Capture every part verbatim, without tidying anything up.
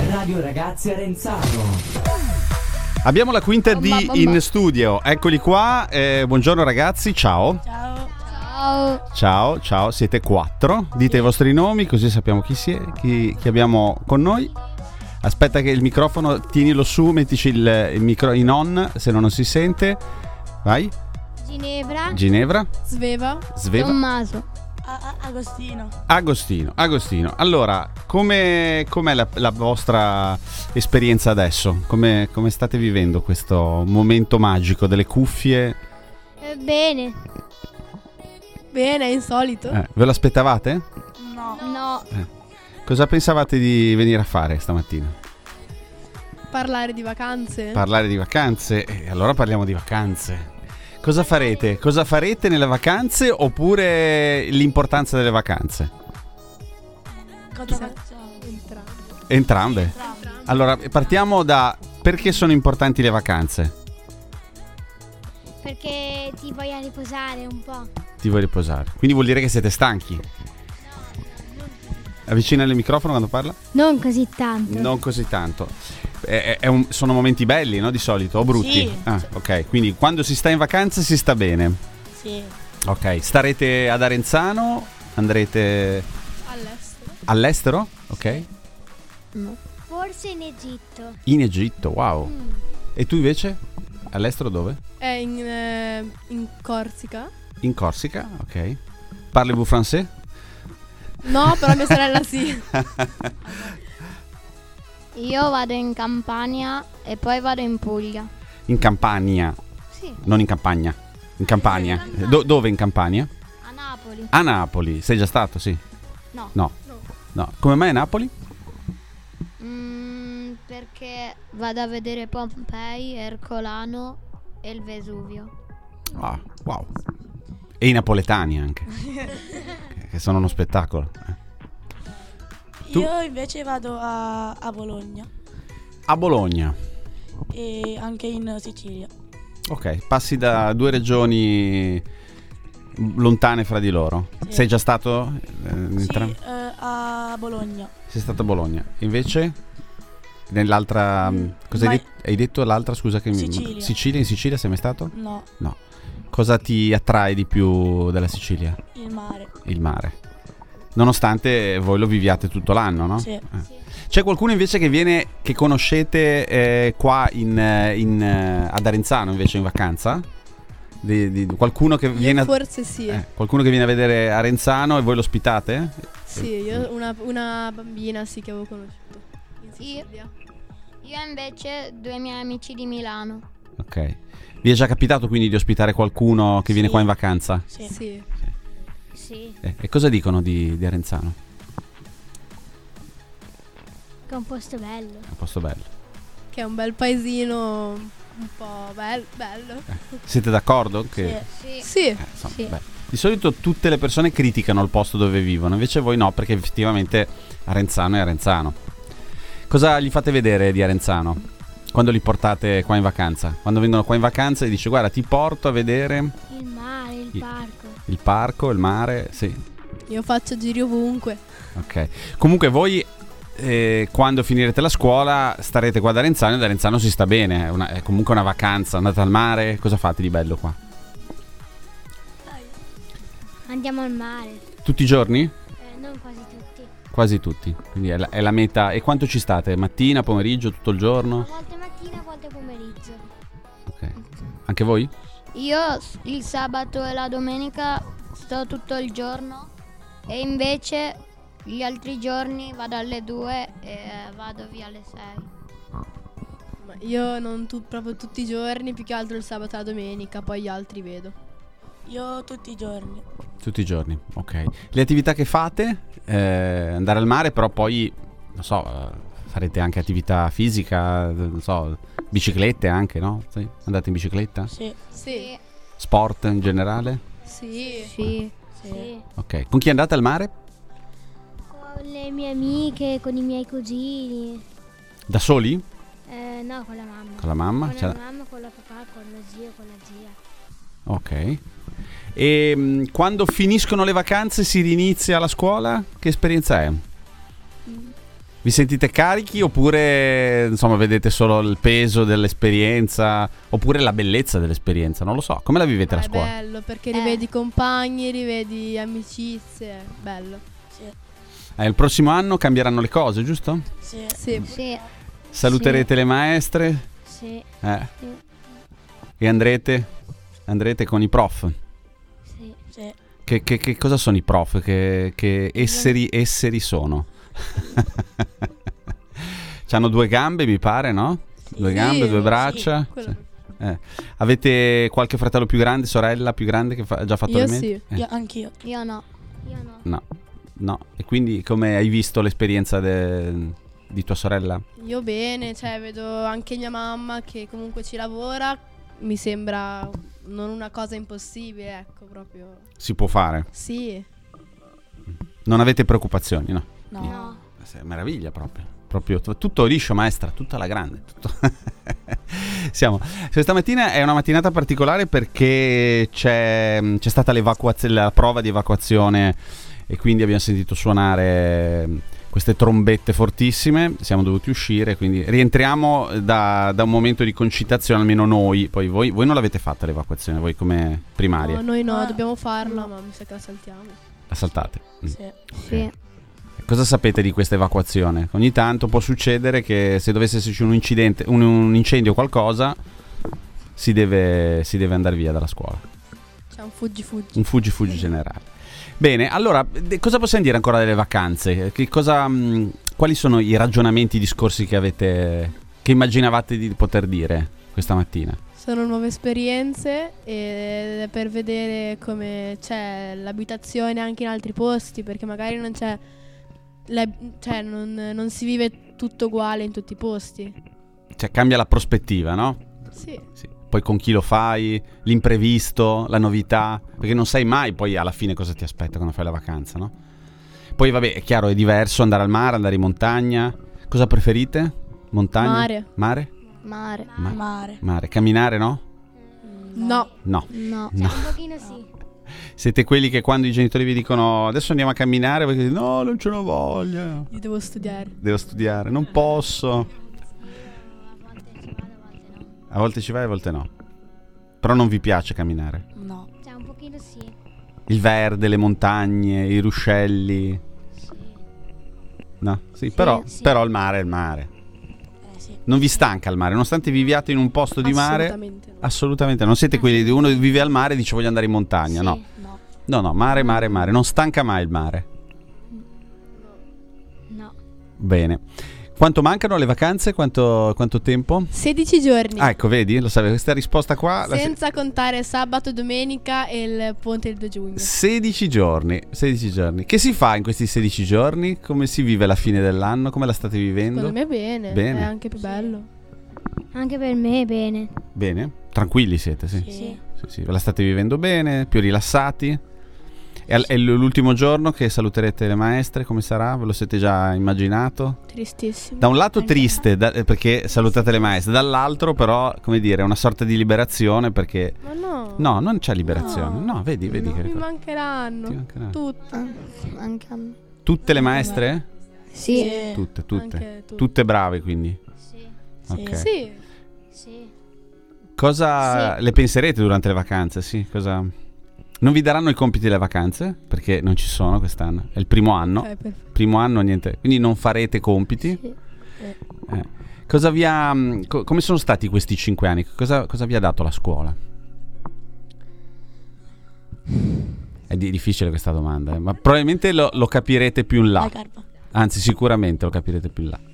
Radio Ragazzi Arenzano. Abbiamo la quinta D Bomba, bomba. in studio, eccoli qua. Eh, buongiorno ragazzi, ciao. Ciao. Ciao. Ciao, ciao, siete quattro. Dite i vostri nomi così sappiamo chi, si è, chi, chi abbiamo con noi. Aspetta che il microfono, tienilo su, mettici il, il micro in on se no non si sente. Vai. Ginevra. Ginevra. Sveva. Sveva. Tommaso. Agostino. Agostino, Agostino. Allora, come com'è la, la vostra esperienza adesso? Come, come state vivendo questo momento magico delle cuffie? Eh, bene. Bene, è insolito. Eh, ve lo aspettavate? No. No. Eh. Cosa pensavate di venire a fare stamattina? Parlare di vacanze. Parlare di vacanze? E allora parliamo di vacanze. Cosa farete? Cosa farete nelle vacanze oppure l'importanza delle vacanze? Cosa facciamo? Entrambe. Entrambe. Allora, partiamo da perché sono importanti le vacanze? Perché ti voglio riposare un po'. Ti vuoi riposare. Quindi vuol dire che siete stanchi. Avvicina il microfono quando parla? Non così tanto. Non così tanto. È, è un, sono momenti belli, no? Di solito, o brutti? Sì. Ah, ok. Quindi quando si sta in vacanza si sta bene. Sì. Ok. Starete ad Arenzano? Andrete All'estero. all'estero? Ok. No. Forse in Egitto. In Egitto, wow. Mm. E tu invece? All'estero dove? È in, eh, in Corsica. In Corsica, ok. Parli-vous français? No, però mia sorella sì. Io vado in Campania e poi vado in Puglia. In Campania, Sì. non in campagna. In Campania. Do- dove in Campania? A Napoli. A Napoli. Sei già stato, sì? No. No. No. Come mai a Napoli? Mm, perché vado a vedere Pompei, Ercolano e il Vesuvio. Ah, wow. E i napoletani anche. che, che sono uno spettacolo. eh. Tu? Io invece vado a, a Bologna A Bologna. e anche in Sicilia. Ok, passi da due regioni lontane fra di loro. Sì. Sei già stato? eh, in Sì, entram- eh, a Bologna. Sei stato a Bologna. Invece? Nell'altra... Mm, cosa hai, mai- det- hai detto l'altra? Scusa che mi... Sicilia. Sicilia, in Sicilia sei mai stato? No, No. Cosa ti attrae di più della Sicilia? il mare. Il mare. Nonostante voi lo viviate tutto l'anno, no? Sì. Eh. C'è qualcuno invece che viene, che conoscete eh, qua in, eh, in, eh, ad Arenzano invece in vacanza? Di, di- qualcuno che viene a, Forse sì. eh, qualcuno che viene a vedere Arenzano e voi lo ospitate? Sì, io una, una bambina sì che avevo conosciuto. In Io- Sicilia. Io invece due miei amici di Milano. Ok. Vi è già capitato quindi di ospitare qualcuno che viene Sì. qua in vacanza? Sì. Sì. Sì. Eh, e cosa dicono di, di Arenzano? Che è un posto bello. È un posto bello. Che è un bel paesino un po' bel- bello. Siete d'accordo? Che, Sì. Sì. Sì. eh, insomma, Sì. beh, di solito tutte le persone criticano il posto dove vivono, invece voi no, perché effettivamente Arenzano è Arenzano. Cosa gli fate vedere di Arenzano quando li portate qua in vacanza? Quando vengono qua in vacanza e dice guarda ti porto a vedere Il mare, il Il- parco. il parco, il mare, sì, Io faccio giri ovunque. ok. Comunque voi eh, quando finirete la scuola starete qua ad Arenzano e ad Arenzano si sta bene, è, una- è comunque una vacanza, andate al mare, cosa fate di bello qua? Andiamo al mare. Tutti i giorni? Eh, non quasi tutti. Quasi tutti, quindi è la, è la meta. E quanto ci state? Mattina, pomeriggio, tutto il A giorno? volte mattina, a volte pomeriggio. Ok. Anche voi? Io s- il sabato e la domenica sto tutto il giorno e invece gli altri giorni vado alle due e vado via alle sei. Ma io non tu- proprio tutti i giorni, più che altro il sabato e la domenica, poi gli altri vedo. Io tutti i giorni. Tutti i giorni, ok. Le attività che fate? Eh, andare al mare, però poi, non so, eh, farete anche attività fisica, non so, biciclette anche, no? Sì? Andate in bicicletta? Sì. Sì. Sport in generale? Sì. Sì. Sì. Sì. Ok. Con chi andate al mare? Con le mie amiche, con i miei cugini. Da soli? Eh, no, con la mamma. Con la mamma? Con Cioè- la mamma, con la papà, con lo zio, con la zia. Ok. E mh, quando finiscono le vacanze si rinizia la scuola? Che esperienza è? Vi sentite carichi oppure insomma vedete solo il peso dell'esperienza oppure la bellezza dell'esperienza? Non lo so, come la vivete Ma la è scuola? bello perché Eh. rivedi i compagni, rivedi amicizie, bello. Sì. Eh, il prossimo anno cambieranno le cose, giusto? Sì. Sì. Sì, Saluterete le maestre sì, eh, sì, e andrete, andrete con i prof. sì. Sì. Che, che- che cosa sono i prof? Che, che esseri, esseri sono? C'hanno due gambe, mi pare, no? Due Sì, gambe, due sì, braccia. quello- Sì. Eh. Avete qualche fratello più grande, sorella più grande che fa- ha già fatto Io le medie? sì. Eh, Io, anch'io. Io no. Io no. No, no. E quindi come hai visto l'esperienza de- di tua sorella? Io bene, cioè vedo anche mia mamma che comunque ci lavora, mi sembra non una cosa impossibile, ecco, proprio. Si può fare? Sì. Non avete preoccupazioni, no? No. No. Sì, meraviglia proprio. Proprio t- tutto liscio, maestra, tutta alla grande. Tutto. Siamo. Questa mattina è una mattinata particolare perché c'è, c'è stata l'evacuazione, la prova di evacuazione e quindi abbiamo sentito suonare queste trombette fortissime. Siamo dovuti uscire, quindi rientriamo da, da un momento di concitazione, almeno noi. Poi voi, voi non l'avete fatta l'evacuazione, voi come primaria? No, noi no, Ah, dobbiamo farla, no. ma mi sa che la saltiamo. La saltate? Mm. Sì. Sì. Cosa sapete di questa evacuazione? Ogni tanto può succedere che se dovesse esserci un incidente, un, un incendio o qualcosa, si deve, si deve andare via dalla scuola. C'è un fuggi fuggi. Un fuggi fuggi generale. Bene, allora, de- cosa possiamo dire ancora delle vacanze? Che cosa, mh, quali sono i ragionamenti, i discorsi che avete, che immaginavate di poter dire questa mattina? Sono nuove esperienze ed è per vedere come c'è l'abitazione anche in altri posti, perché magari non c'è, la- cioè non, non si vive tutto uguale in tutti i posti. Cioè cambia la prospettiva, no? Sì. Sì. Poi con chi lo fai, l'imprevisto, la novità, perché non sai mai poi alla fine cosa ti aspetta quando fai la vacanza, no? Poi vabbè, è chiaro, è diverso andare al mare, andare in montagna. Cosa preferite? Montagna? Mare. Mare? Mare. Ma- Mare. Mare. Camminare, no? No. No. No. No. Un pochino sì. Siete quelli che quando i genitori vi dicono adesso andiamo a camminare, voi dite no, non ce l'ho voglia, Io devo studiare. devo studiare, non posso. A volte ci vai, a volte no. Però non vi piace camminare. No. Cioè un pochino sì. Il verde, le montagne, i ruscelli. Sì. No, sì, però, sì. però il mare è il mare. Eh sì. Non vi stanca il mare, nonostante viviate in un posto di mare. Assolutamente no. Assolutamente, non siete quelli di uno che vive al mare e dice voglio andare in montagna, Sì. no. No. No, no, mare, mare, mare, non stanca mai il mare. No. Bene. Quanto mancano le vacanze? Quanto, quanto tempo? sedici giorni. Ah, ecco, vedi, lo sapevo, questa risposta qua la se- Senza contare sabato, domenica e il ponte del due giugno. sedici giorni, sedici giorni. Che si fa in questi sedici giorni? Come si vive la fine dell'anno? Come la state vivendo? Secondo me bene. Bene. È anche più bello. Anche per me è bene. Bene? Tranquilli siete, sì. Sì. Sì. Sì, sì. Ve la state vivendo bene, più rilassati? E al- è l- l'ultimo giorno che saluterete le maestre, come sarà? Ve lo siete già immaginato? Tristissimo. Da un lato triste da- eh, perché salutate le maestre, dall'altro però, come dire, è una sorta di liberazione perché... Ma no. No, non c'è liberazione. No, vedi, vedi No, che... mi ti mancheranno. mancheranno. Tutte. Ah, anche a me. Tutte le maestre? Sì. Sì. Tutte, tutte. Anche tu. Tutte brave quindi. Sì. Sì. Ok. Sì. Sì. Cosa Sì. le penserete durante le vacanze? Sì, cosa... Non vi daranno i compiti delle vacanze? Perché non ci sono quest'anno. È il primo anno. Ok, perfetto. Primo anno niente. Quindi non farete compiti. Sì. Eh. Cosa vi ha... mh, co- come sono stati questi cinque anni? Cosa, cosa vi ha dato la scuola? È di- difficile questa domanda, eh, ma probabilmente lo, lo capirete più in là. La carpa. Anzi, sicuramente lo capirete più in là.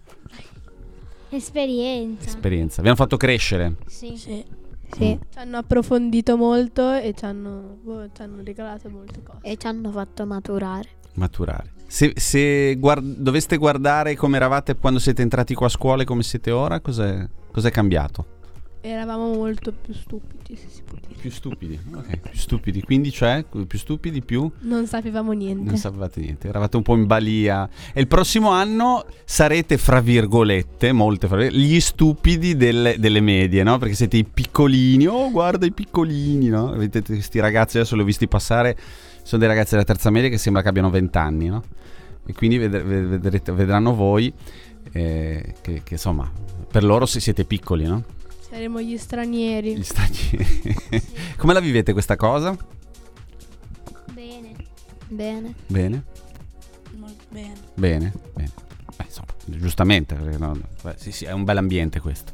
Esperienza. Esperienza. Vi hanno fatto crescere. Sì. Sì. Sì. Ci hanno approfondito molto e ci hanno, boh, ci hanno regalato molte cose. E ci hanno fatto maturare. Maturare. Se, se guard- doveste guardare come eravate quando siete entrati qua a scuola e come siete ora, cos'è, cos'è cambiato? Eravamo molto più stupidi, se si può dire. Più stupidi. Ok, più stupidi. Quindi cioè, più stupidi, più... Non sapevamo niente. Non sapevate niente, eravate un po' in balia. E il prossimo anno sarete, fra virgolette, molte fra virgolette, gli stupidi delle, delle medie, no? Perché siete i piccolini. Oh, guarda i piccolini, no? Vedete questi ragazzi, adesso li ho visti passare, sono dei ragazzi della terza media che sembra che abbiano venti anni, no? e quindi vedre- vedrete, vedranno voi eh, che, che insomma per loro se siete piccoli, no? Saremo gli stranieri. Gli stranieri. Come la vivete questa cosa? Bene. Bene. Bene? Molto bene. Bene? Bene. Beh, insomma, giustamente, perché no, beh, sì, sì, è un bel ambiente questo.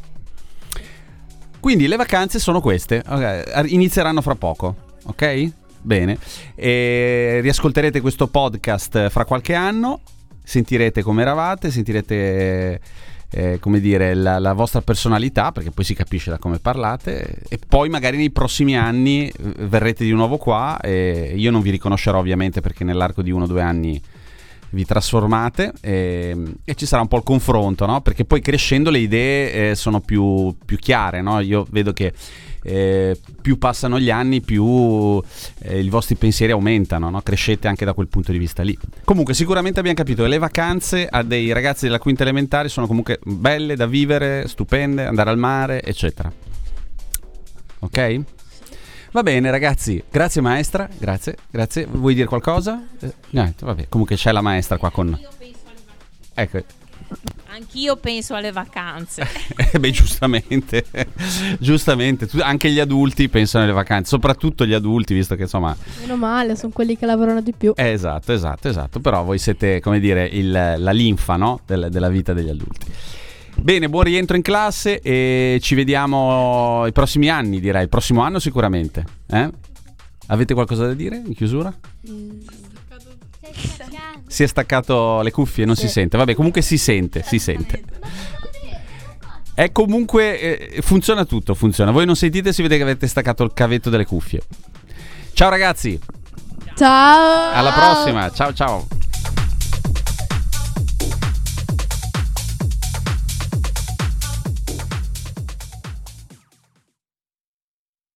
Quindi le vacanze sono queste, okay, inizieranno fra poco, ok? Bene. E riascolterete questo podcast fra qualche anno, sentirete come eravate, sentirete eh, come dire la, la vostra personalità, perché poi si capisce da come parlate, e poi magari nei prossimi anni verrete di nuovo qua e io non vi riconoscerò ovviamente perché nell'arco di uno o due anni vi trasformate e, e ci sarà un po' il confronto, no? Perché poi crescendo le idee eh, sono più, più chiare, no? Io vedo che eh, più passano gli anni più eh, i vostri pensieri aumentano, no? Crescete anche da quel punto di vista lì. Comunque sicuramente abbiamo capito che le vacanze a dei ragazzi della quinta elementare sono comunque belle da vivere, stupende, andare al mare eccetera. Ok? Va bene ragazzi, grazie maestra, grazie, grazie. Vuoi dire qualcosa? Eh, no, vabbè, comunque c'è la maestra qua con... Ecco. Anch'io penso alle vacanze. Eh beh, giustamente, giustamente, tu- anche gli adulti pensano alle vacanze, soprattutto gli adulti, visto che insomma... Meno male, sono quelli che lavorano di più. Eh, esatto, esatto, esatto, però voi siete, come dire, il, la linfa, no? Del- della vita degli adulti. Bene, buon rientro in classe e ci vediamo i prossimi anni, direi, il prossimo anno sicuramente. Eh? Avete qualcosa da dire in chiusura? Si è staccato le cuffie, non si sente. Vabbè, comunque si sente, si sente. È comunque eh, funziona tutto, funziona. Voi non sentite, si vede che avete staccato il cavetto delle cuffie. Ciao ragazzi, Ciao! alla prossima. Ciao ciao.